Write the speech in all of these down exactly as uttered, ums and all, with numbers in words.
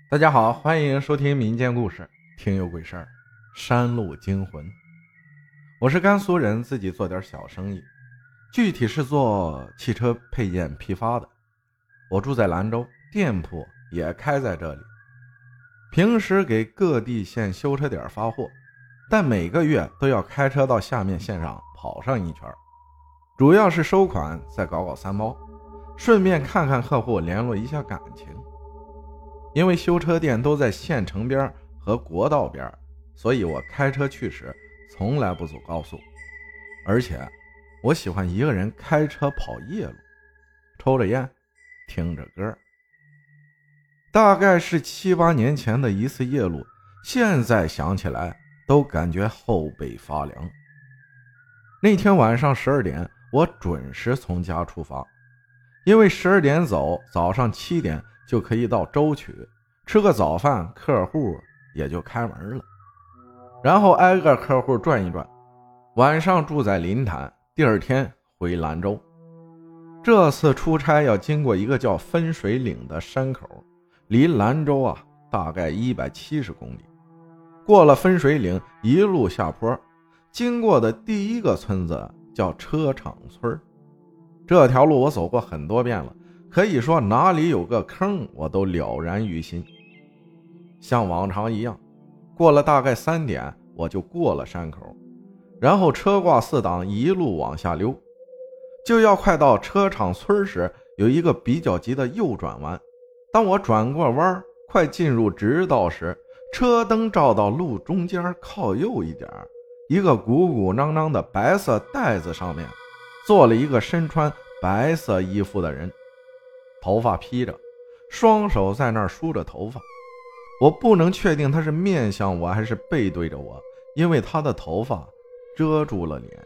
大家好，欢迎收听民间故事，听有鬼事儿，山路惊魂。我是甘肃人，自己做点小生意，具体是做汽车配件批发的。我住在兰州，店铺也开在这里，平时给各地县修车点发货，但每个月都要开车到下面县上跑上一圈，主要是收款，再搞搞三包，顺便看看客户，联络一下感情。因为修车店都在县城边和国道边，所以我开车去时从来不走高速，而且我喜欢一个人开车跑夜路，抽着烟，听着歌。大概是七八年前的一次夜路，现在想起来都感觉后背发凉。那天晚上十二点，我准时从家出发，因为十二点走，早上七点就可以到州区吃个早饭，客户也就开门了。然后挨个客户转一转，晚上住在临潭，第二天回兰州。这次出差要经过一个叫分水岭的山口，离兰州啊大概一百七十公里。过了分水岭，一路下坡，经过的第一个村子叫车厂村。这条路我走过很多遍了，可以说哪里有个坑我都了然于心。像往常一样，过了大概三点，我就过了山口，然后车挂四档，一路往下溜。就要快到车厂村时，有一个比较急的右转弯。当我转过弯，快进入直道时，车灯照到路中间靠右一点，一个鼓鼓囊囊的白色袋子上面坐了一个身穿白色衣服的人，头发披着，双手在那儿梳着头发。我不能确定他是面向我还是背对着我，因为他的头发遮住了脸。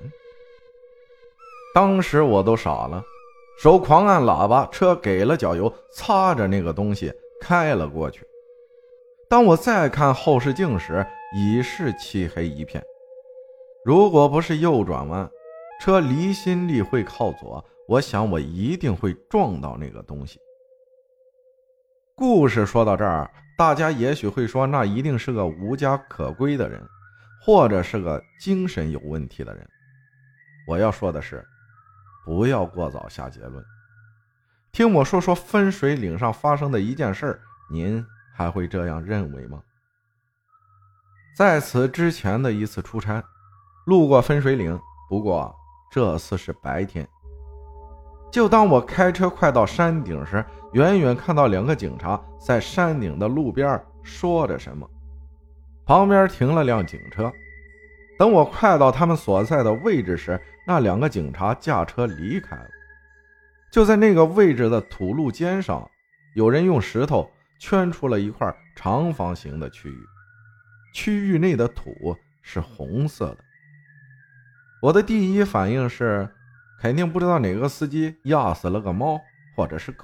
当时我都傻了，手狂按喇叭，车给了脚油，擦着那个东西开了过去。当我再看后视镜时，已是漆黑一片。如果不是右转弯，车离心力会靠左，我想我一定会撞到那个东西。故事说到这儿，大家也许会说那一定是个无家可归的人，或者是个精神有问题的人。我要说的是，不要过早下结论。听我说说分水岭上发生的一件事，您还会这样认为吗？在此之前的一次出差，路过分水岭，不过这次是白天。就当我开车快到山顶时，远远看到两个警察在山顶的路边说着什么，旁边停了辆警车。等我快到他们所在的位置时，那两个警察驾车离开了。就在那个位置的土路肩上，有人用石头圈出了一块长方形的区域，区域内的土是红色的。我的第一反应是，肯定不知道哪个司机压死了个猫或者是狗。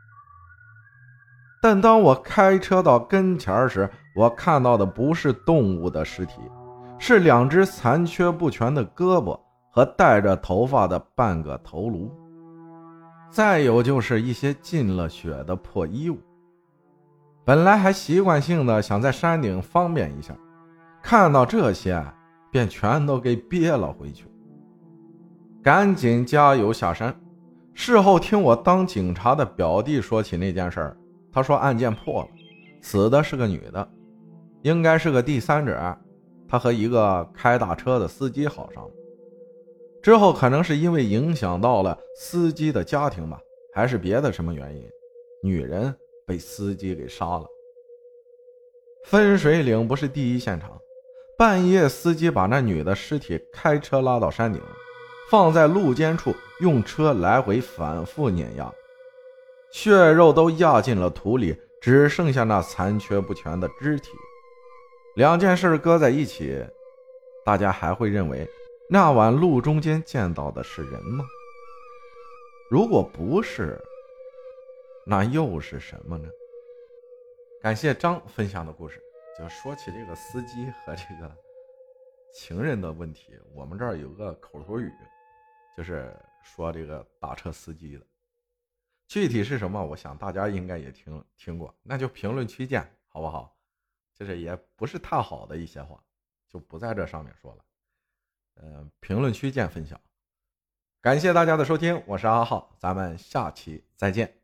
但当我开车到跟前时，我看到的不是动物的尸体，是两只残缺不全的胳膊和带着头发的半个头颅，再有就是一些浸了血的破衣物。本来还习惯性的想在山顶方便一下，看到这些便全都给憋了回去，赶紧加油下山。事后听我当警察的表弟说起那件事儿，他说案件破了，死的是个女的，应该是个第三者，她和一个开大车的司机好上了，之后可能是因为影响到了司机的家庭吧，还是别的什么原因，女人被司机给杀了。分水岭不是第一现场，半夜司机把那女的尸体开车拉到山顶，放在路肩处，用车来回反复碾压，血肉都压进了土里，只剩下那残缺不全的肢体。两件事搁在一起，大家还会认为那晚路中间见到的是人吗？如果不是，那又是什么呢？感谢张分享的故事。就说起这个司机和这个情人的问题，我们这儿有个口头语，就是说这个打车司机的，具体是什么我想大家应该也听听过，那就评论区见。 不好？就是也不是太好的一些话，就不在这上面说了。呃，评论区见分晓。感谢大家的收听，我是阿浩，咱们下期再见。